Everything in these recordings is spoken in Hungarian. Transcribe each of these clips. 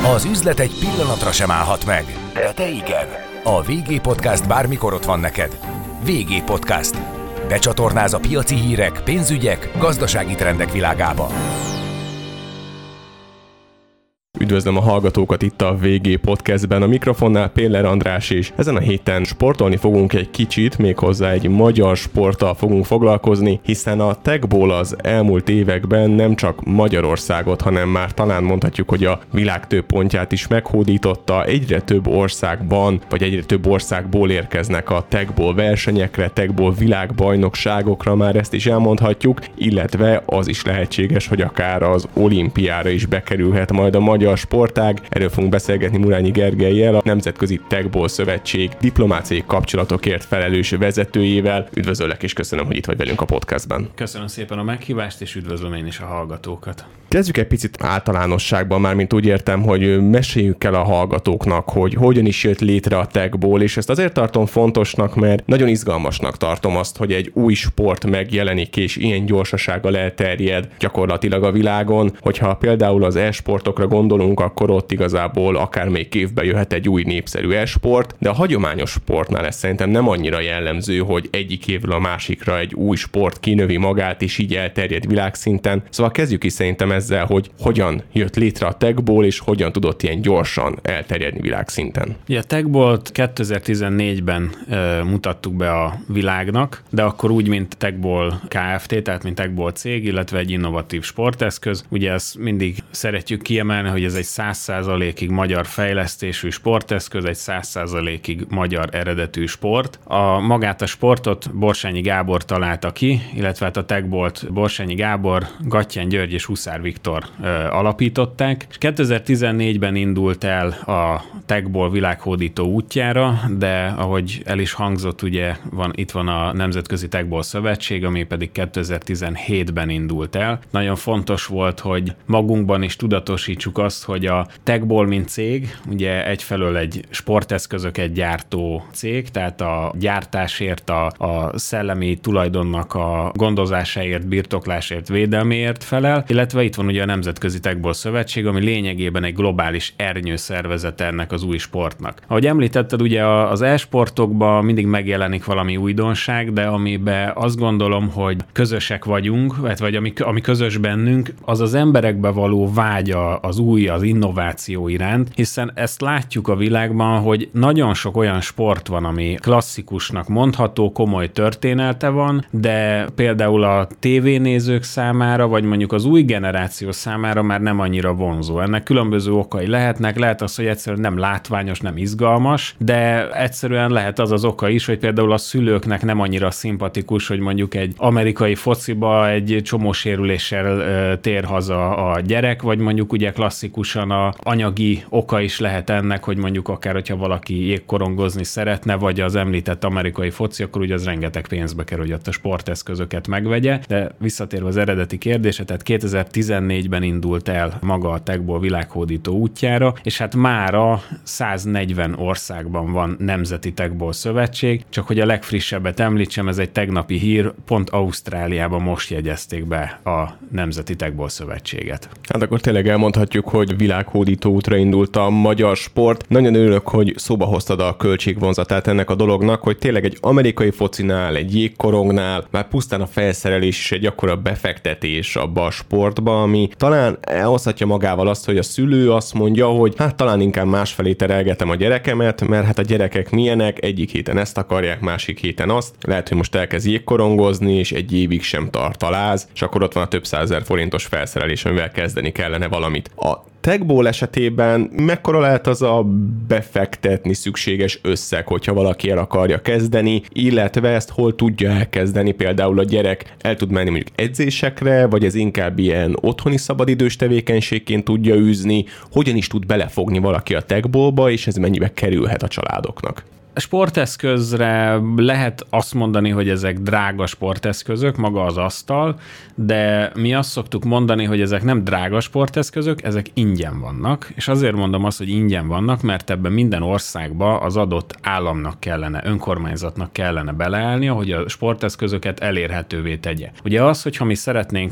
Az üzlet egy pillanatra sem állhat meg, de te igen. A VG Podcast bármikor ott van neked. VG Podcast. Becsatornáz a piaci hírek, pénzügyek, gazdasági trendek világába. Üdvözlöm a hallgatókat itt a VG Podcastben, a mikrofonnál Péller András, és ezen a héten sportolni fogunk egy kicsit, méghozzá egy magyar sporttal fogunk foglalkozni, hiszen a Tech-ból az elmúlt években nem csak Magyarországot, hanem már talán mondhatjuk, hogy a világ több pontját is meghódította. Egyre több országban, vagy egyre több országból érkeznek a Tech-ból versenyekre, Tech-ból világbajnokságokra, már ezt is elmondhatjuk, illetve az is lehetséges, hogy akár az olimpiára is bekerülhet majd a magyar sportág. Erről fogunk beszélgetni Murányi Gergellyel, a Nemzetközi Tech-ból Szövetség diplomáciai kapcsolatokért felelős vezetőjével. Üdvözöllek és köszönöm, hogy itt vagy velünk a podcastben. Köszönöm szépen a meghívást, és üdvözlöm én is a hallgatókat. Kezdjük egy picit általánosságban, mármint úgy értem, hogy meséljük el a hallgatóknak, hogy hogyan is jött létre a Tech-ból, és ezt azért tartom fontosnak, mert nagyon izgalmasnak tartom azt, hogy egy új sport megjelenik, és ilyen gyorsasággal elterjed gyakorlatilag a világon. Hogyha például az e-sportokra gondolunk, akkor ott igazából akár még évben jöhet egy új népszerű e-sport, de a hagyományos sportnál ez szerintem nem annyira jellemző, hogy egyik évről a másikra egy új sport kinövi magát, és így elterjed világszinten. Szóval kezdjük is szerintem ezzel, hogy hogyan jött létre a Tech-ból, és hogyan tudott ilyen gyorsan elterjedni világszinten. Ja, a Tech-bolt 2014-ben mutattuk be a világnak, de akkor úgy, mint Tech-bol Kft., tehát mint Tech-bol cég, illetve egy innovatív sporteszköz. Ugye ezt mindig szeretjük kiemelni, hogy ez egy 100%-ig magyar fejlesztésű sporteszköz, egy 100%-ig magyar eredetű sport. Magát a sportot Borsányi Gábor találta ki, illetve hát a Tech-bolt Borsányi Gábor, Gattyán György és Huszár Viktor alapították. És 2014-ben indult el a Tech-bol világhódító útjára, de ahogy el is hangzott, ugye itt van a Nemzetközi Tech-bol Szövetség, ami pedig 2017-ben indult el. Nagyon fontos volt, hogy magunkban is tudatosítsuk azt, hogy a Tech-bol mint cég, ugye egyfelől egy sporteszközöket gyártó cég, tehát a gyártásért, a szellemi tulajdonnak a gondozásáért, birtoklásért, védelméért felel, illetve itt van ugye a Nemzetközi Tech-bol Szövetség, ami lényegében egy globális ernyőszervezet ennek az új sportnak. Ahogy említetted, ugye az e-sportokban mindig megjelenik valami újdonság, de amiben azt gondolom, hogy közösek vagyunk, vagy ami közös bennünk, az az emberekbe való vágya az új, az innováció iránt, hiszen ezt látjuk a világban, hogy nagyon sok olyan sport van, ami klasszikusnak mondható, komoly története van, de például a tévénézők számára, vagy mondjuk az új generáció számára már nem annyira vonzó. Ennek különböző okai lehetnek, lehet az, hogy egyszerűen nem látványos, nem izgalmas, de egyszerűen lehet az oka is, hogy például a szülőknek nem annyira szimpatikus, hogy mondjuk egy amerikai fociba egy csomó sérüléssel tér haza a gyerek, vagy mondjuk ugye klasszikusan a anyagi oka is lehet ennek, hogy mondjuk akár, hogyha valaki jégkorongozni szeretne, vagy az említett amerikai foci, akkor ugye az rengeteg pénzbe kerül, hogy ott a sporteszközöket megvegye. De visszatérve az eredeti kérdésre, tehát 2014-ben indult el maga a Tech-ból világhódító útjára, és hát mára 140 országban van Nemzeti Tech-bol Szövetség, csak hogy a legfrissebbet említsem, ez egy tegnapi hír, pont Ausztráliában most jegyezték be a Nemzeti Tech-bol Szövetséget. Hát akkor tényleg elmondhatjuk, hogy világhódító útra indult a magyar sport. Nagyon örülök, hogy szóba hoztad a költségvonzatát ennek a dolognak, hogy tényleg egy amerikai focinál, egy jégkorongnál már pusztán a felszerelés is egy akkora befektetés abba a sportba, ami talán elhozhatja magával azt, hogy a szülő azt mondja, hogy hát talán inkább másfelé terelgetem a gyerekemet, mert hát a gyerekek milyenek, egyik héten ezt akarják, másik héten azt. Lehet, hogy most elkezd jégkorongozni, és egy évig sem tart a láz, és akkor ott van a több százezer forintos felszerelés, amivel kezdeni kellene valamit. A Tech-ból esetében mekkora lehet az a befektetni szükséges összeg, hogyha valaki el akarja kezdeni, illetve ezt hol tudja elkezdeni, például a gyerek el tud menni mondjuk edzésekre, vagy ez inkább ilyen otthoni szabadidős tevékenységként tudja űzni, hogyan is tud belefogni valaki a Tech-bolba, és ez mennyibe kerülhet a családoknak? Sporteszközre lehet azt mondani, hogy ezek drága sporteszközök, maga az asztal, de mi azt szoktuk mondani, hogy ezek nem drága sporteszközök, ezek ingyen vannak, és azért mondom azt, hogy ingyen vannak, mert ebben minden országban az adott államnak kellene, önkormányzatnak kellene beleállnia, hogy a sporteszközöket elérhetővé tegye. Ugye az, hogyha mi szeretnénk,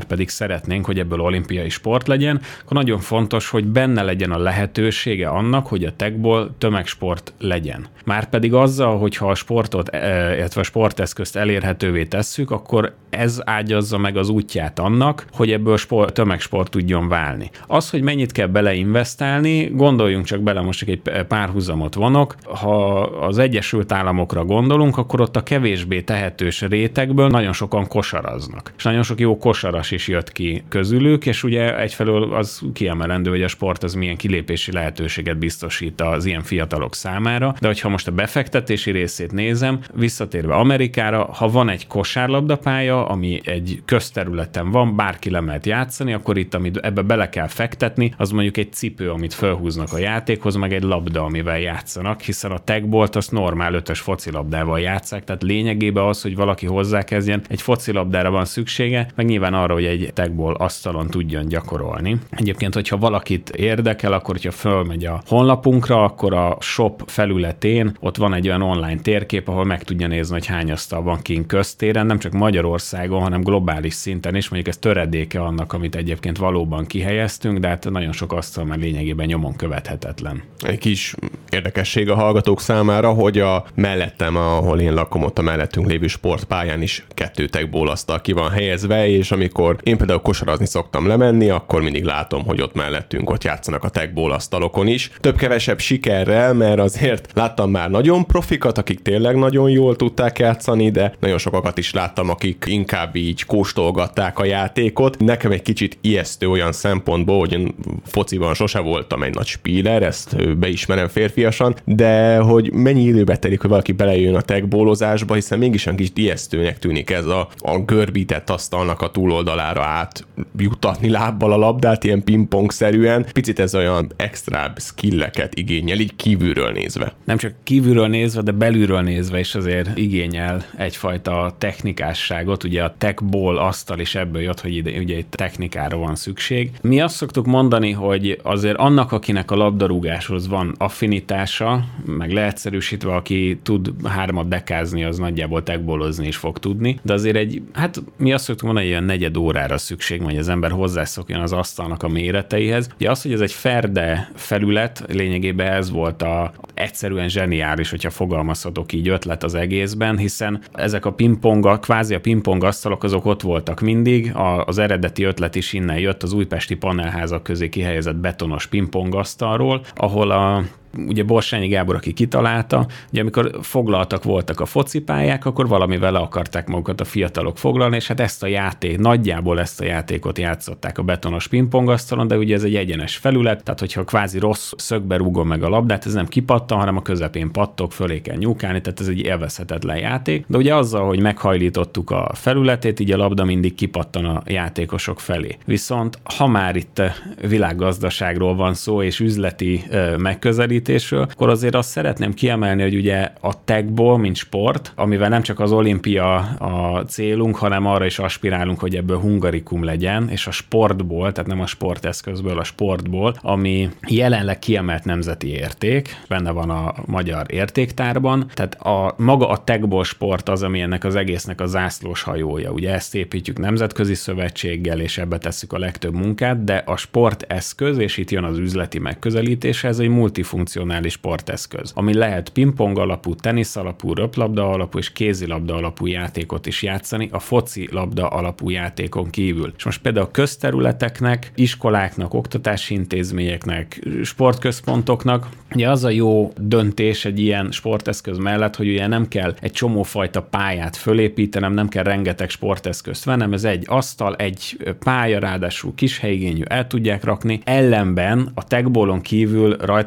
hogy ebből olimpiai sport legyen, akkor nagyon fontos, hogy benne legyen a lehetősége annak, hogy a tagból tömegsport legyen. Márpedig azzal, hogyha a sportot, illetve a sporteszközt elérhetővé tesszük, akkor ez ágyazza meg az útját annak, hogy ebből tömegsport tudjon válni. Az, hogy mennyit kell beleinvestálni, gondoljunk csak bele, most csak egy párhuzamot vonok, ha az Egyesült Államokra gondolunk, akkor ott a kevésbé tehetős rétegből nagyon sokan kosaraznak. És nagyon sok jó kosaras is jött ki közülük, és ugye egyfelől az kiemelendő, hogy a sport az milyen kilépési lehetőséget biztosít az ilyen fiatalok számára, de hogyha most a befektetési részét nézem, visszatérve Amerikára, ha van egy kosárlabdapálya, ami egy közterületen van, bárki le lehet játszani, akkor itt, amit ebbe bele kell fektetni, az mondjuk egy cipő, amit felhúznak a játékhoz, meg egy labda, amivel játszanak, hiszen a tagbolt azt normál 5-ös focilabdával játsszák, tehát lényegében az, hogy valaki hozzákezdjen, egy focilabdára van szüksége, meg nyilván arra, hogy egy tagból asztalon tudjon gyakorolni. Egyébként, hogyha valakit érdekel, akkor hogyha fölmegy a honlapunkra, akkor a shop felületén ott van egy olyan online térkép, ahol meg tudja nézni, hogy hány asztal van kint köztéren, nem csak Magyarországon, hanem globális szinten is, mondjuk ez töredéke annak, amit egyébként valóban kihelyeztünk, de hát nagyon sok asztal már lényegében nyomon követhetetlen. Egy kis érdekesség a hallgatók számára, hogy a mellettem, ahol én lakom, ott a mellettünk lévő sportpályán is 2 tagból asztal ki van helyezve, és amikor én például kosarazni szoktam lemenni, akkor mindig látom, hogy ott mellettünk ott játszanak a tagból asztalokon is. Több-kevesebb sikerrel, mert azért láttam már nagyon profikat, akik tényleg nagyon jól tudták játszani, de nagyon sokakat is láttam, akik inkább így kóstolgatták a játékot. Nekem egy kicsit ijesztő olyan szempontból, hogy én fociban sose voltam egy nagy spíler, ezt beismerem férfiasan, de hogy mennyi időbe telik, hogy valaki belejön a tagbólozásba, hiszen mégis olyan kis ijesztőnek tűnik ez a görbített asztalnak a túloldalára átjutatni lábbal a labdát, ilyen pingpong-szerűen. Picit ez olyan extra skilleket igényel, így kívülről nézve. Nem csak kívülről nézve, de belülről nézve is azért igényel egyfajta technikásságot. Ugye a tagball asztal is ebből jött, hogy ugye egy technikára van szükség. Mi azt szoktuk mondani, hogy azért annak, akinek a labdarúgáshoz van affinitása, meg leegyszerűsítve, aki tud 3 dekázni, az nagyjából tagballozni is fog tudni, de azért mi azt szoktuk mondani, hogy ilyen 4 órára szükség, hogy az ember hozzászokjon az asztalnak a méreteihez. Ugye az, hogy ez egy ferde felület, lényegében ez volt egyszerűen zseniális, hogyha fogalmazhatok így ötlet az egészben, hiszen ezek a kvázi a pingpong asztalok, azok ott voltak mindig, az eredeti ötlet is innen jött, az újpesti panelházak közé kihelyezett betonos pingpong asztalról, ahol ugye Borsányi Gábor, aki kitalálta, ugye amikor foglaltak voltak a focipályák, akkor valamivel le akarták magukat a fiatalok foglalni, és hát nagyjából ezt a játékot játszották a betonos pingpongasztalon, de ugye ez egy egyenes felület, tehát hogyha kvázi rossz szögbe rúgom meg a labdát, ez nem kipattan, hanem a közepén pattog, fölé kell nyúkálni, tehát ez egy élvezhetetlen játék. De ugye azzal, hogy meghajlítottuk a felületét, így a labda mindig kipattan a játékosok felé. Viszont ha már itt világgazdaságról van szó, és üzleti megközelítésről, akkor azt szeretném kiemelni, hogy ugye a tagball, mint sport, amivel nem csak az olimpia a célunk, hanem arra is aspirálunk, hogy ebből hungarikum legyen, és a sportból, tehát nem a sporteszközből, a sportból, ami jelenleg kiemelt nemzeti érték, benne van a magyar értéktárban, tehát maga a tagball sport az, ami ennek az egésznek a zászlós hajója. Ugye ezt építjük nemzetközi szövetséggel, és ebbe tesszük a legtöbb munkát, de a sporteszköz, és itt jön az üzleti megközelítése, ez egy multifunkcionális sporteszköz, ami lehet pingpong alapú, tenisz alapú, röplabda alapú és kézilabda alapú játékot is játszani, a focilabda alapú játékon kívül. És most például a közterületeknek, iskoláknak, oktatási intézményeknek, sportközpontoknak, ugye az a jó döntés egy ilyen sporteszköz mellett, hogy ugye nem kell egy csomófajta pályát fölépítenem, nem kell rengeteg sporteszközt vennem, ez egy asztal, egy pálya, ráadásul kis helyigényű, el tudják rakni. Ellenben a tagballon kívül rajta játszhat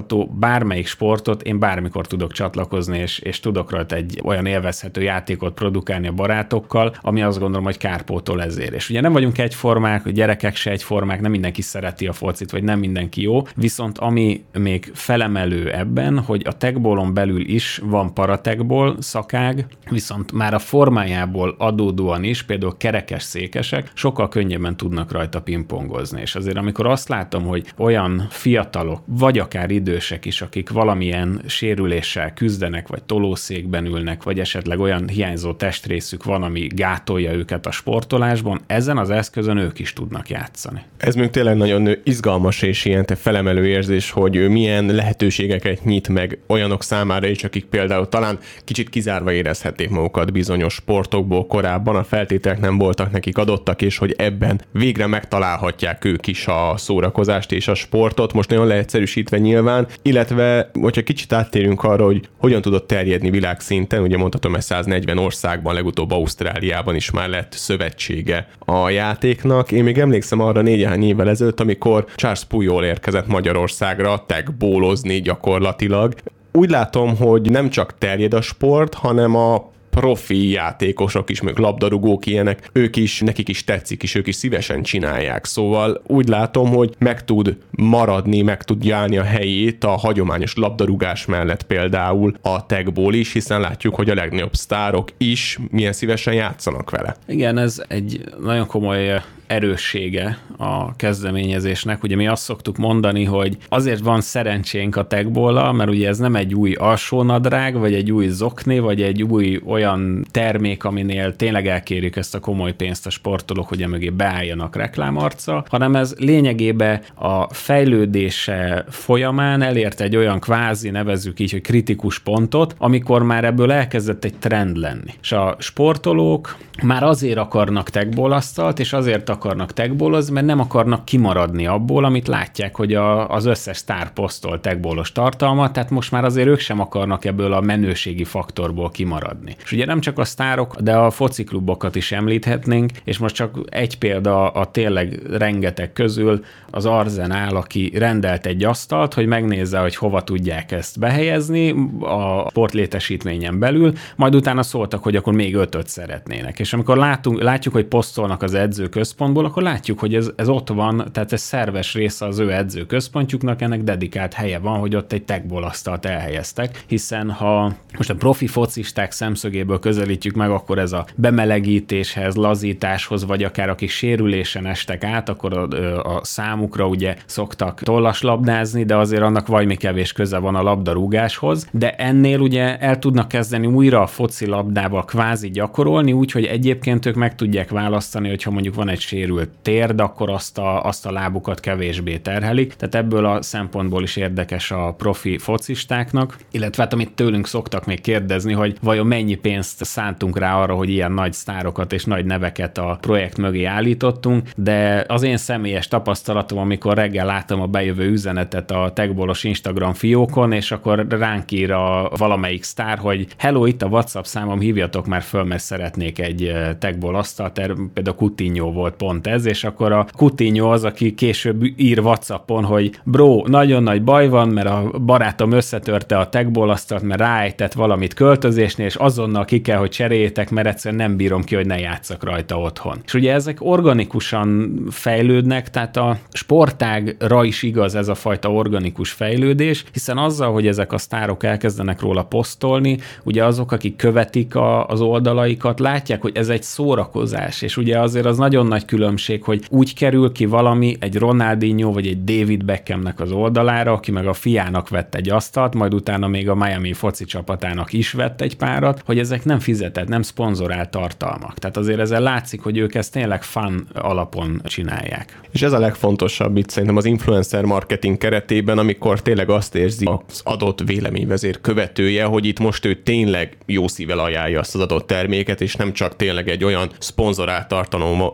magyarázható, bármelyik sportot én bármikor tudok csatlakozni, és tudok rajta egy olyan élvezhető játékot produkálni a barátokkal, ami azt gondolom, hogy kárpótol ezért. És ugye nem vagyunk egyformák, a gyerekek se egyformák, nem mindenki szereti a focit, vagy nem mindenki jó, viszont ami még felemelő ebben, hogy a tegbólon belül is van parategból szakág, viszont már a formájából adódóan is, például kerekes székesek sokkal könnyebben tudnak rajta pingpongozni. És azért amikor azt látom, hogy olyan fiatalok, vagy akár idősek is, akik valamilyen sérüléssel küzdenek, vagy tolószékben ülnek, vagy esetleg olyan hiányzó testrészük van, ami gátolja őket a sportolásban, ezen az eszközön ők is tudnak játszani. Ez még tényleg nagyon izgalmas és ilyen felemelő érzés, hogy milyen lehetőségeket nyit meg olyanok számára is, akik például talán kicsit kizárva érezhették magukat bizonyos sportokból korábban, a feltételek nem voltak nekik adottak, és hogy ebben végre megtalálhatják ők is a szórakozást és a sportot, most nagyon leegyszerűsítve nyilván, illetve hogyha kicsit áttérünk arra, hogy hogyan tudott terjedni világszinten, ugye mondhatom, hogy 140 országban, legutóbb Ausztráliában is már lett szövetsége a játéknak. Én még emlékszem arra néhány évvel ezelőtt, amikor Charles Pujol érkezett Magyarországra tagbólozni gyakorlatilag. Úgy látom, hogy nem csak terjed a sport, hanem a profi játékosok is, meg labdarúgók ilyenek, nekik is tetszik, és ők is szívesen csinálják. Szóval úgy látom, hogy meg tud maradni, meg tudja állni a helyét a hagyományos labdarúgás mellett például a tagball is, hiszen látjuk, hogy a legnagyobb sztárok is milyen szívesen játszanak vele. Igen, ez egy nagyon komoly erőssége a kezdeményezésnek. Ugye mi azt szoktuk mondani, hogy azért van szerencsénk a tagball-al, mert ugye ez nem egy új alsónadrág, vagy egy új zokni, vagy egy új olyan termék, aminél tényleg elkérjük ezt a komoly pénzt a sportolók, hogy mögé beálljanak reklámarccal, hanem ez lényegében a fejlődése folyamán elért egy olyan kvázi, nevezzük így, hogy kritikus pontot, amikor már ebből elkezdett egy trend lenni. És a sportolók már azért akarnak tagball-asztalt, és azért akarnak tagballozni, mert nem akarnak kimaradni abból, amit látják, hogy az összes sztár posztol tagballos tartalmat, tehát most már azért ők sem akarnak ebből a menőségi faktorból kimaradni. És ugye nem csak a sztárok, de a fociklubokat is említhetnénk, és most csak egy példa a tényleg rengeteg közül, az Arsenal, aki rendelt egy asztalt, hogy megnézze, hogy hova tudják ezt behelyezni a sportlétesítményen belül, majd utána szóltak, hogy akkor még 5-öt szeretnének. És amikor látjuk, hogy posztolnak az edzőközpontból, akkor látjuk, hogy ez ott van, tehát ez szerves része az ő edzőközpontjuknak, ennek dedikált helye van, hogy ott egy tagball asztalt elhelyeztek, hiszen ha most a profi focisták szemszögéből közelítjük meg, akkor ez a bemelegítéshez, lazításhoz, vagy akár akik sérülésen estek át, akkor a számukra ugye szoktak tollaslabdázni, de azért annak valami kevés köze van a labdarúgáshoz, de ennél ugye el tudnak kezdeni újra a foci labdával kvázi gyakorolni, úgyhogy egyébként ők meg tudják választani, hogyha mondjuk van egy sérült térd, akkor azt a lábukat kevésbé terhelik, tehát ebből a szempontból is érdekes a profi focistáknak, illetve hát amit tőlünk szoktak még kérdezni, hogy vajon mennyi pénzt szántunk rá arra, hogy ilyen nagy sztárokat és nagy neveket a projekt mögé állítottunk, de az én személyes tapasztalatom, amikor reggel látom a bejövő üzenetet a tagballos Instagram fiókon, és akkor ránk ír valamelyik sztár, hogy hello, itt a WhatsApp számom, hívjatok már föl, mert szeretnék egy tagball asztalt, például Coutinho volt pont ez, és akkor a Coutinho az, aki később ír WhatsAppon, hogy bro, nagyon nagy baj van, mert a barátom összetörte a tagball asztalt, mert ráejtett valamit költözésnél, és azonnal ki kell, hogy cseréljétek, mert egyszerűen nem bírom ki, hogy ne játsszak rajta otthon. És ugye ezek organikusan fejlődnek, tehát a sportágra is igaz ez a fajta organikus fejlődés, hiszen azzal, hogy ezek a sztárok elkezdenek róla posztolni, ugye azok, akik követik az oldalaikat, látják, hogy ez egy szórakozás, és ugye azért az nagyon nagy különbség, hogy úgy kerül ki valami egy Ronaldinho vagy egy David Beckhamnek az oldalára, aki meg a fiának vett egy asztalt, majd utána még a Miami foci csapatának is vett egy párat, hogy ezek nem fizetett, nem szponzorált tartalmak. Tehát azért ezzel látszik, hogy ők ezt tényleg fun alapon csinálják. És ez a legfontosabb itt szerintem az influencer marketing keretében, amikor tényleg azt érzi az adott véleményvezér követője, hogy itt most ő tényleg jó szívvel ajánlja azt az adott terméket, és nem csak tényleg egy olyan szponzorált tartalomról van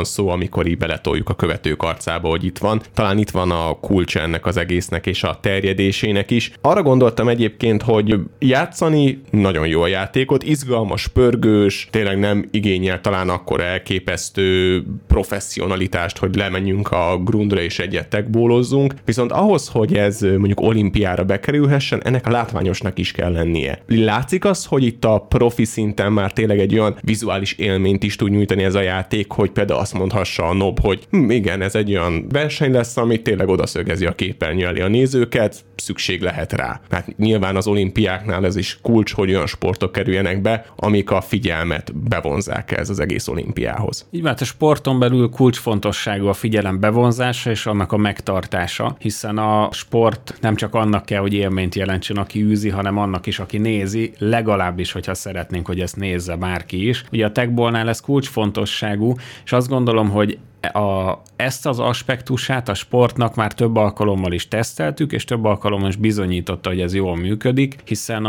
szó, amikor így beletoljuk a követők arcába, hogy itt van. Talán itt van a kulcs ennek az egésznek és a terjedésének is. Arra gondoltam egyébként, hogy játszani nagyon jó a játékot, izgalmas, pörgős, tényleg nem igényel talán akkor elképesztő professzionalitást, hogy lemenjünk a grundra és egyet tekbólozzunk, viszont ahhoz, hogy ez mondjuk olimpiára bekerülhessen, ennek a látványosnak is kell lennie. Látszik az, hogy itt a profi szinten már tényleg egy olyan vizuális élményt is tud nyújtani ez a játék, hogy például azt mondhassa a NOB, hogy igen, ez egy olyan verseny lesz, ami tényleg odaszögezi a képernyő elé a nézőket, szükség lehet rá. Hát nyilván az olimpiáknál ez is kulcs, hogy olyan sportok kerüljenek be, amik a figyelmet bevonzák ez az egész olimpiához. Így van, a sporton belül kulcsfontosságú a figyelem bevonzása és annak a megtartása, hiszen a sport nem csak annak kell, hogy élményt jelentsen, aki űzi, hanem annak is, aki nézi, legalábbis, hogyha szeretnénk, hogy ezt nézze bárki is. Ugye a tekbólnál ez kulcsfontosságú, és azt gondolom, hogy ezt az aspektusát a sportnak már több alkalommal is teszteltük, és több alkalommal is bizonyította, hogy ez jól működik, hiszen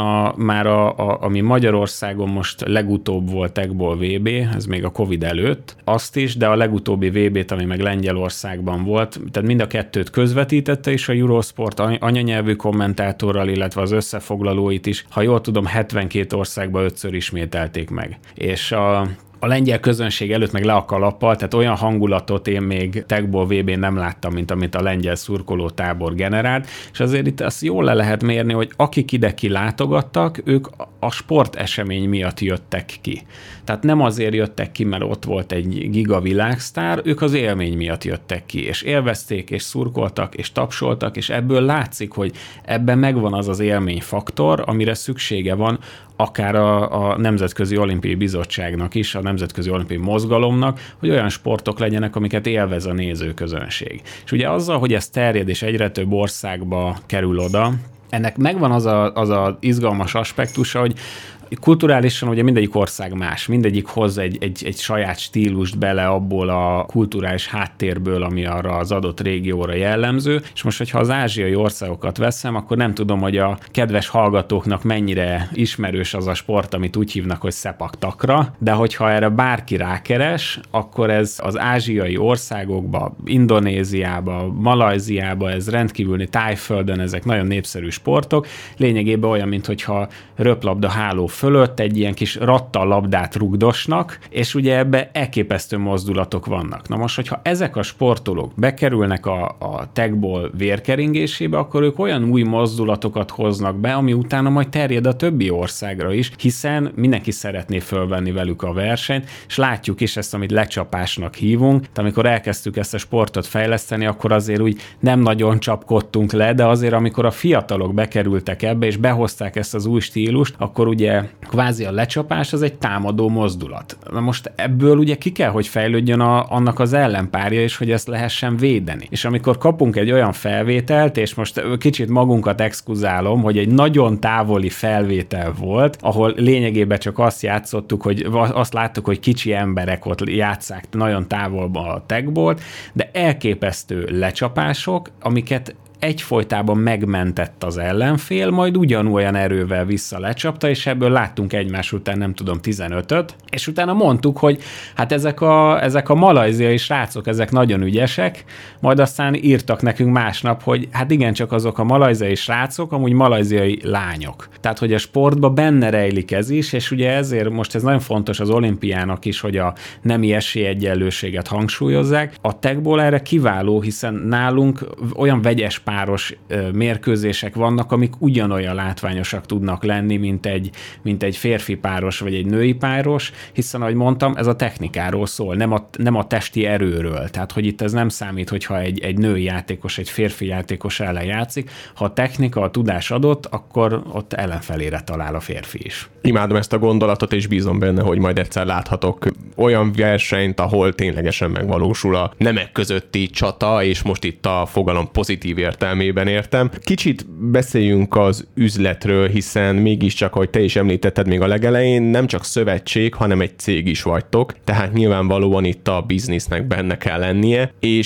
ami Magyarországon most legutóbb volt tekból VB, ez még a Covid előtt, azt is, de a legutóbbi VB-t, ami meg Lengyelországban volt, tehát mind a kettőt közvetítette is a Eurosport anyanyelvű kommentátorral, illetve az összefoglalóit is, ha jól tudom, 72 országban 5-ször ismételték meg. És a lengyel közönség előtt meg le a kalappal, tehát olyan hangulatot én még tekból VB-n nem láttam, mint amit a lengyel szurkoló tábor generált, és azért itt azt jól le lehet mérni, hogy akik ide kilátogattak, ők a sportesemény miatt jöttek ki. Tehát nem azért jöttek ki, mert ott volt egy giga világsztár, ők az élmény miatt jöttek ki, és élvezték, és szurkoltak, és tapsoltak, és ebből látszik, hogy ebben megvan az az élményfaktor, amire szüksége van akár a Nemzetközi Olimpiai Bizottságnak is, a Nemzetközi Olimpiai Mozgalomnak, hogy olyan sportok legyenek, amiket élvez a nézőközönség. És ugye azzal, hogy ez terjed és egyre több országba kerül oda, ennek megvan az a izgalmas aspektusa, hogy kulturálisan ugye mindegyik ország más, mindegyik hoz egy saját stílust bele abból a kulturális háttérből, ami arra az adott régióra jellemző, és most, hogyha az ázsiai országokat veszem, akkor nem tudom, hogy a kedves hallgatóknak mennyire ismerős az a sport, amit úgy hívnak, hogy szepak takra, de hogyha erre bárki rákeres, akkor ez az ázsiai országokba, Indonéziába, Malajziába, ez rendkívüli, Tájföldön, ezek nagyon népszerű sportok, lényegében olyan, mintha röplabda háló fölött egy ilyen kis rattal labdát rugdosnak, és ugye ebbe elképesztő mozdulatok vannak. Na most, hogyha ezek a sportolók bekerülnek a tekból vérkeringésébe, akkor ők olyan új mozdulatokat hoznak be, ami utána majd terjed a többi országra is, hiszen mindenki szeretné fölvenni velük a versenyt, és látjuk is ezt, amit lecsapásnak hívunk. Tehát amikor elkezdtük ezt a sportot fejleszteni, akkor azért úgy nem nagyon csapkodtunk le, de azért amikor a fiatalok bekerültek ebbe, és behozták ezt az új stílust, akkor ugye kvázi a lecsapás az egy támadó mozdulat. Na most ebből ugye ki kell, hogy fejlődjön annak az ellenpárja is, hogy ezt lehessen védeni. És amikor kapunk egy olyan felvételt, és most kicsit magunkat exkuzálom, hogy egy nagyon távoli felvétel volt, ahol lényegében csak azt játszottuk, hogy azt láttuk, hogy kicsi emberek ott játsszák nagyon távolba a tekbolt, de elképesztő lecsapások, amiket egyfolytában megmentett az ellenfél, majd ugyanolyan erővel visszalecsapta, és ebből láttunk egymás után, nem tudom, 15-öt, és utána mondtuk, hogy hát ezek a malajziai srácok, ezek nagyon ügyesek, majd aztán írtak nekünk másnap, hogy hát igencsak azok a malajziai srácok, amúgy malajziai lányok. Tehát, hogy a sportban benne rejlik ez is, és ugye ezért most ez nagyon fontos az olimpiának is, hogy a nemi esélyegyenlőséget hangsúlyozzák. A tekból erre kiváló, hiszen nálunk olyan vegyes páros mérkőzések vannak, amik ugyanolyan látványosak tudnak lenni, mint egy férfi páros vagy egy női páros, hiszen, ahogy mondtam, ez a technikáról szól, nem a testi erőről. Tehát, hogy itt ez nem számít, hogyha egy női játékos, egy férfi játékos ellen játszik. Ha a technika, a tudás adott, akkor ott ellenfelére talál a férfi is. Imádom ezt a gondolatot, és bízom benne, hogy majd egyszer láthatok olyan versenyt, ahol ténylegesen megvalósul a nemek közötti csata, és most itt a fogalom pozitív értelmében értem. Kicsit beszéljünk az üzletről, hiszen mégiscsak, ahogy te is említetted még a legelején, nem csak szövetség, hanem egy cég is vagytok, tehát nyilvánvalóan itt a biznisznek benne kell lennie, és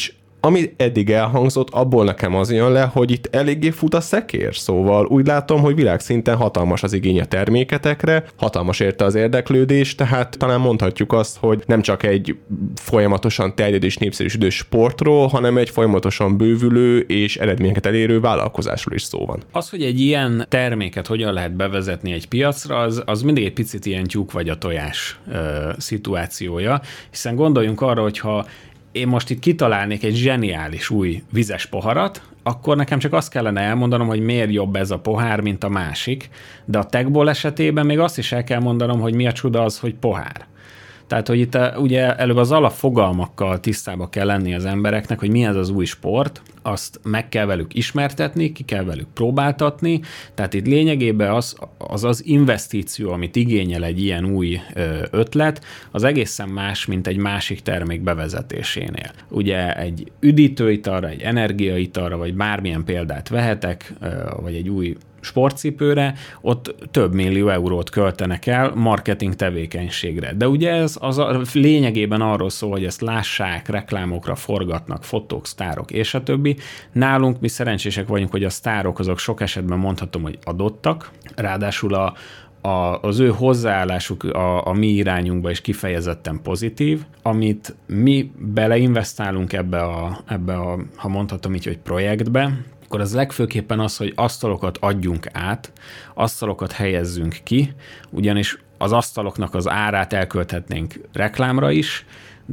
Ami eddig elhangzott, abból nekem az jön le, hogy itt eléggé fut a szekér, szóval úgy látom, hogy világszinten hatalmas az igény a terméketekre, hatalmas érte az érdeklődés, tehát talán mondhatjuk azt, hogy nem csak egy folyamatosan terjedő és népszerűsödő sportról, hanem egy folyamatosan bővülő és eredményeket elérő vállalkozásról is szó van. Az, hogy egy ilyen terméket hogyan lehet bevezetni egy piacra, az mindig egy picit ilyen tyúk vagy a tojás szituációja, hiszen gondoljunk arra, hogyha én most itt kitalálnék egy zseniális új vizes poharat, akkor nekem csak azt kellene elmondanom, hogy miért jobb ez a pohár, mint a másik, de a Techball esetében még azt is el kell mondanom, hogy mi a csuda az, hogy pohár. Tehát, hogy itt ugye előbb az alapfogalmakkal tisztába kell lenni az embereknek, hogy mi ez az új sport, azt meg kell velük ismertetni, ki kell velük próbáltatni, tehát itt lényegében az investíció, amit igényel egy ilyen új ötlet, az egészen más, mint egy másik termék bevezetésénél. Ugye egy üdítőitalra, egy energiaitalra, vagy bármilyen példát vehetek, vagy egy új sportcipőre, ott több millió eurót költenek el marketing tevékenységre. De ugye ez lényegében arról szól, hogy ezt lássák, reklámokra forgatnak, fotók, sztárok és a többi. Nálunk mi szerencsések vagyunk, hogy a sztárok azok sok esetben mondhatom, hogy adottak, ráadásul az ő hozzáállásuk a mi irányunkba is kifejezetten pozitív, amit mi beleinvestálunk ebbe a, ha mondhatom így, hogy projektbe, akkor az legfőképpen az, hogy asztalokat adjunk át, asztalokat helyezzünk ki, ugyanis az asztaloknak az árát elkölthetnénk reklámra is,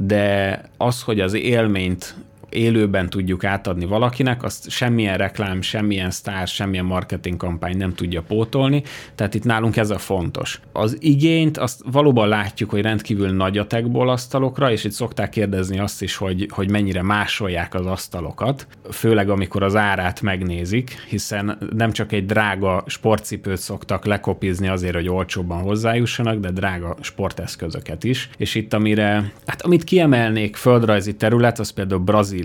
de az, hogy az élményt élőben tudjuk átadni valakinek, azt semmilyen reklám, semmilyen sztár, semmilyen marketing kampány nem tudja pótolni, tehát itt nálunk ez a fontos. Az igényt azt valóban látjuk, hogy rendkívül nagy a Techball asztalokra, és itt szokták kérdezni azt is, hogy mennyire másolják az asztalokat, főleg amikor az árát megnézik, hiszen nem csak egy drága sportcipőt szoktak lekopizni azért, hogy olcsóbban hozzájussanak, de drága sporteszközöket is. És itt amit kiemelnék földrajzi terület, az például Brazília,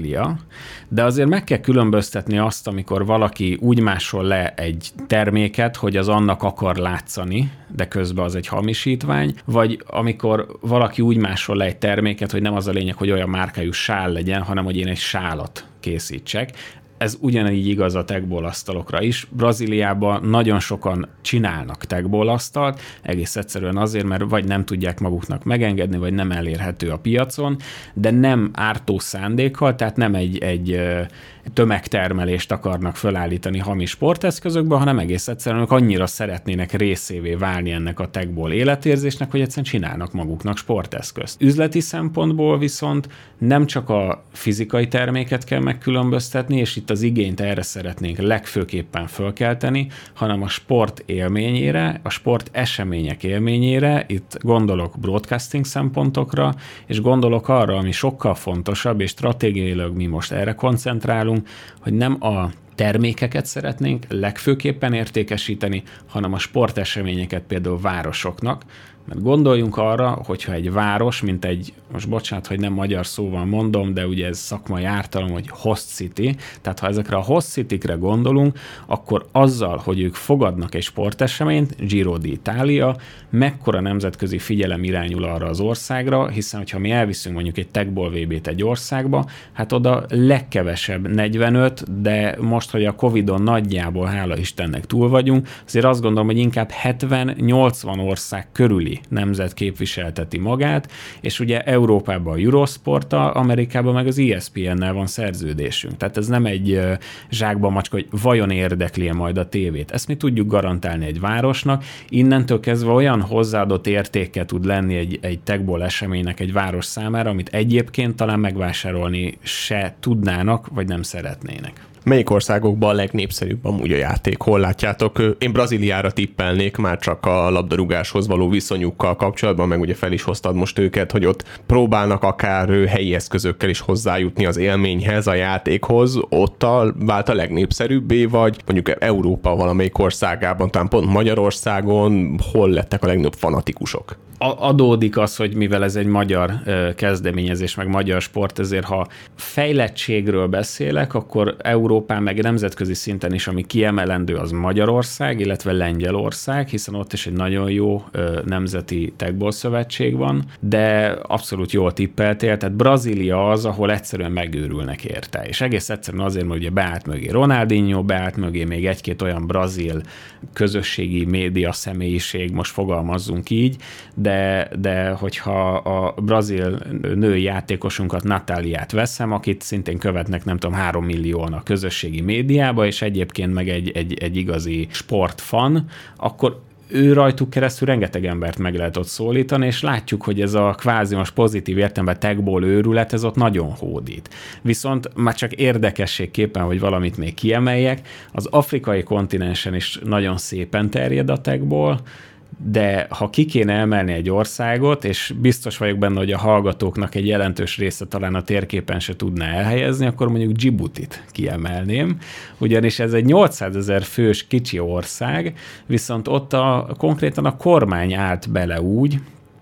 de azért meg kell különböztetni azt, amikor valaki úgy másol le egy terméket, hogy az annak akar látszani, de közben az egy hamisítvány, vagy amikor valaki úgy másol le egy terméket, hogy nem az a lényeg, hogy olyan márkájú sál legyen, hanem hogy én egy sálat készítsek. Ez ugyanígy igaz a Techball asztalokra is. Brazíliában nagyon sokan csinálnak Techball asztalt, egész egyszerűen azért, mert vagy nem tudják maguknak megengedni, vagy nem elérhető a piacon, de nem ártó szándékkal, tehát nem egy tömegtermelést akarnak felállítani hamis sporteszközökbe, hanem egész egyszerűen ők annyira szeretnének részévé válni ennek a Techball életérzésnek, hogy egyszerűen csinálnak maguknak sporteszközt. Üzleti szempontból viszont nem csak a fizikai terméket kell megkülönböztetni, és itt az igényt erre szeretnénk legfőképpen fölkelteni, hanem a sport élményére, a sport események élményére, itt gondolok broadcasting szempontokra, és gondolok arra, ami sokkal fontosabb, és stratégiailag mi most erre koncentrálunk, hogy nem a termékeket szeretnénk legfőképpen értékesíteni, hanem a sporteseményeket például városoknak, mert gondoljunk arra, hogyha egy város, mint egy, most bocsánat, hogy nem magyar szóval mondom, de ugye ez szakmai ártalom, hogy host city, tehát ha ezekre a host citykre gondolunk, akkor azzal, hogy ők fogadnak egy sporteseményt, Giro d'Italia, mekkora nemzetközi figyelem irányul arra az országra, hiszen hogyha mi elviszünk mondjuk egy Techball VB-t egy országba, hát oda legkevesebb 45, de most, hogy a Covid-on nagyjából, hála Istennek túl vagyunk, azért azt gondolom, hogy inkább 70-80 ország körüli nemzet képviselteti magát, és ugye Európában a Eurosport-tal, Amerikában meg az ESPN-nel van szerződésünk. Tehát ez nem egy zsákba macska, hogy vajon érdekli-e majd a tévét. Ezt mi tudjuk garantálni egy városnak. Innentől kezdve olyan hozzáadott értéke tud lenni egy Techball eseménynek egy város számára, amit egyébként talán megvásárolni se tudnának, vagy nem szeretnének. Melyik országokban a legnépszerűbb amúgy a játék? Hol látjátok? Én Brazíliára tippelnék, már csak a labdarúgáshoz való viszonyukkal kapcsolatban, meg ugye fel is hoztad most őket, hogy ott próbálnak akár helyi eszközökkel is hozzájutni az élményhez, a játékhoz. Ott vált a legnépszerűbbé, vagy mondjuk Európa valamelyik országában, talán pont Magyarországon, hol lettek a legnagyobb fanatikusok? Adódik az, hogy mivel ez egy magyar kezdeményezés, meg magyar sport, ezért ha fejlettségről beszélek, akkor Európa Európán, meg nemzetközi szinten is, ami kiemelendő, az Magyarország, illetve Lengyelország, hiszen ott is egy nagyon jó nemzeti tagból szövetség van, de abszolút jól tippeltél, tehát Brazília az, ahol egyszerűen megőrülnek érte. És egész egyszerűen azért, mert ugye beállt mögé Ronaldinho, beállt mögé még egy-két olyan brazil közösségi média személyiség, most fogalmazzunk így, de hogyha a brazil női játékosunkat, Natáliát veszem, akit szintén követnek, nem tudom, 3 millióan a közösségi médiába, és egyébként meg egy igazi sportfan, akkor ő rajtuk keresztül rengeteg embert meg lehet ott szólítani, és látjuk, hogy ez a kvázi most pozitív értelemben tagból őrület, ez ott nagyon hódít. Viszont már csak érdekességképpen, hogy valamit még kiemeljek, az afrikai kontinensen is nagyon szépen terjed a tagból, de ha ki kéne emelni egy országot, és biztos vagyok benne, hogy a hallgatóknak egy jelentős része talán a térképen se tudná elhelyezni, akkor mondjuk Djiboutit kiemelném, ugyanis ez egy 800 000 fős kicsi ország, viszont ott konkrétan a kormány állt bele úgy,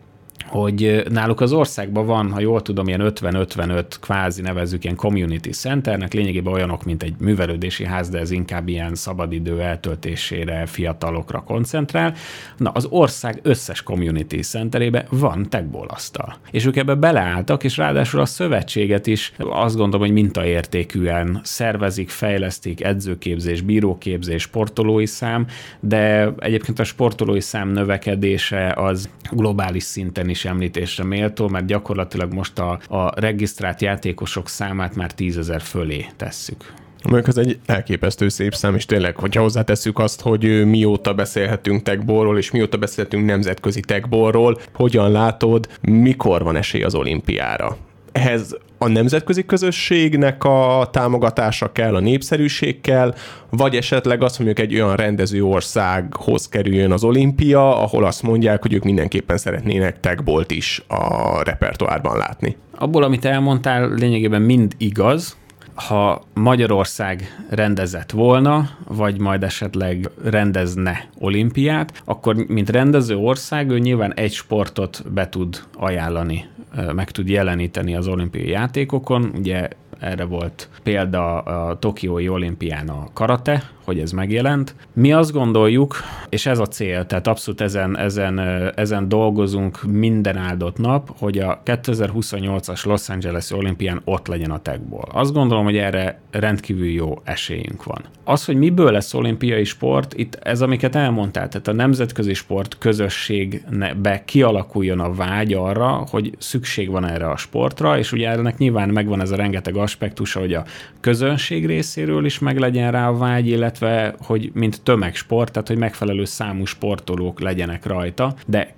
hogy náluk az országban van, ha jól tudom, ilyen 50-55 kvázi nevezzük ilyen community centernek, lényegében olyanok, mint egy művelődési ház, de ez inkább ilyen szabadidő eltöltésére, fiatalokra koncentrál. Na, az ország összes community centerébe van tagból asztal. És ők ebbe beleálltak, és ráadásul a szövetséget is azt gondolom, hogy mintaértékűen szervezik, fejlesztik, edzőképzés, bíróképzés, sportolói szám, de egyébként a sportolói szám növekedése az globális szinten is említésre méltó, mert gyakorlatilag most a regisztrált játékosok számát már 10 000 fölé tesszük. Mondjuk ez egy elképesztő szép szám, és tényleg, hogyha hozzátesszük azt, hogy mióta beszélhetünk tagból, és mióta beszélhetünk nemzetközi tagból, hogyan látod, mikor van esély az olimpiára? Ehhez a nemzetközi közösségnek a támogatása kell, a népszerűség kell, vagy esetleg azt mondjuk egy olyan rendező országhoz kerüljön az olimpia, ahol azt mondják, hogy ők mindenképpen szeretnének tagbolt is a repertoárban látni. Abból, amit elmondtál, lényegében mind igaz. Ha Magyarország rendezett volna, vagy majd esetleg rendezne olimpiát, akkor mint rendező ország ő nyilván egy sportot be tud ajánlani, meg tud jeleníteni az olimpiai játékokon. Ugye erre volt példa a tokiói olimpián a karate, hogy ez megjelent. Mi azt gondoljuk, és ez a cél, tehát abszolút ezen dolgozunk minden áldott nap, hogy a 2028-as Los Angeles-i olimpián ott legyen a tagból. Azt gondolom, hogy erre rendkívül jó esélyünk van. Az, hogy miből lesz olimpiai sport, itt ez, amiket elmondtál, tehát a nemzetközi sport közösségbe kialakuljon a vágy arra, hogy szükség van erre a sportra, és ugye ennek nyilván megvan ez a rengeteg aspektusa, hogy a közönség részéről is meglegyen rá a vágy, illetve hogy mint tömegsport, tehát hogy megfelelő számú sportolók legyenek rajta, de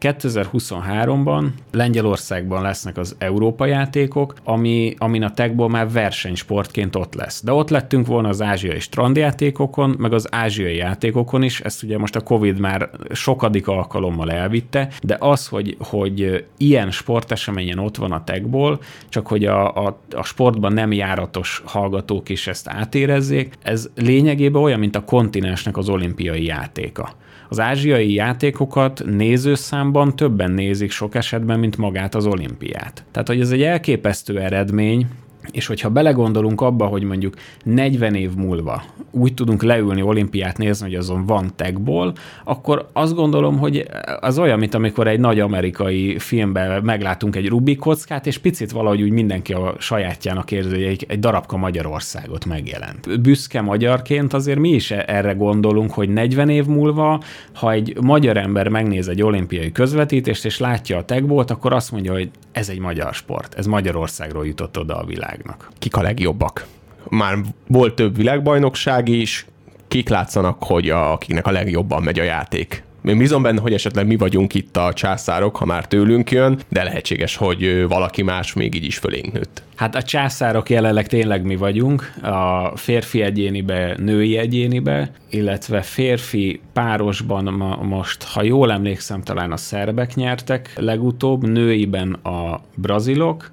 2023-ban Lengyelországban lesznek az Európa játékok, amin a tagból már versenysportként ott lesz. De ott lettünk volna az ázsiai strandjátékokon, meg az ázsiai játékokon is, ezt ugye most a Covid már sokadik alkalommal elvitte, de az, hogy ilyen sporteseményen ott van a tagból, csak hogy a sportban nem járatos hallgatók is ezt átérezzék, ez lényegében olyan, mint a kontinensnek az olimpiai játéka. Az ázsiai játékokat nézőszámban többen nézik sok esetben, mint magát az olimpiát. Tehát, hogy ez egy elképesztő eredmény, és hogyha belegondolunk abba, hogy mondjuk 40 év múlva úgy tudunk leülni olimpiát nézni, hogy azon van tagból, akkor azt gondolom, hogy az olyan, mint amikor egy nagy amerikai filmben meglátunk egy Rubik kockát, és picit valahogy úgy mindenki a sajátjának érzi, hogy egy darabka Magyarországot megjelent. Büszke magyarként azért mi is erre gondolunk, hogy 40 év múlva, ha egy magyar ember megnéz egy olimpiai közvetítést, és látja a tagbolt, akkor azt mondja, hogy ez egy magyar sport, ez Magyarországról jutott oda a világnak. Kik a legjobbak? Már volt több világbajnokság is, kik látszanak, hogy akiknek a legjobban megy a játék? Én bízom benne, hogy esetleg mi vagyunk itt a császárok, ha már tőlünk jön, de lehetséges, hogy valaki más még így is fölénk nőtt. Hát a császárok jelenleg tényleg mi vagyunk, a férfi egyénibe, női egyénibe, illetve férfi párosban most, ha jól emlékszem, talán a szerbek nyertek legutóbb, nőiben a brazilok,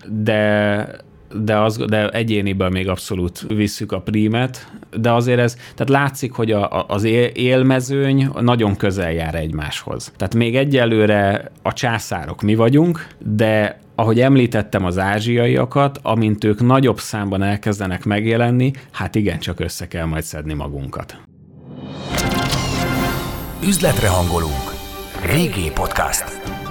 de egyéniben még abszolút visszük a prímet, de azért ez, tehát látszik, hogy az élmezőny nagyon közel jár egymáshoz. Tehát még egyelőre a császárok mi vagyunk, de Ahogy említettem az ázsiaiakat, amint ők nagyobb számban elkezdenek megjelenni, hát igencsak össze kell majd szedni magunkat. Üzletre hangolunk. VG Podcast.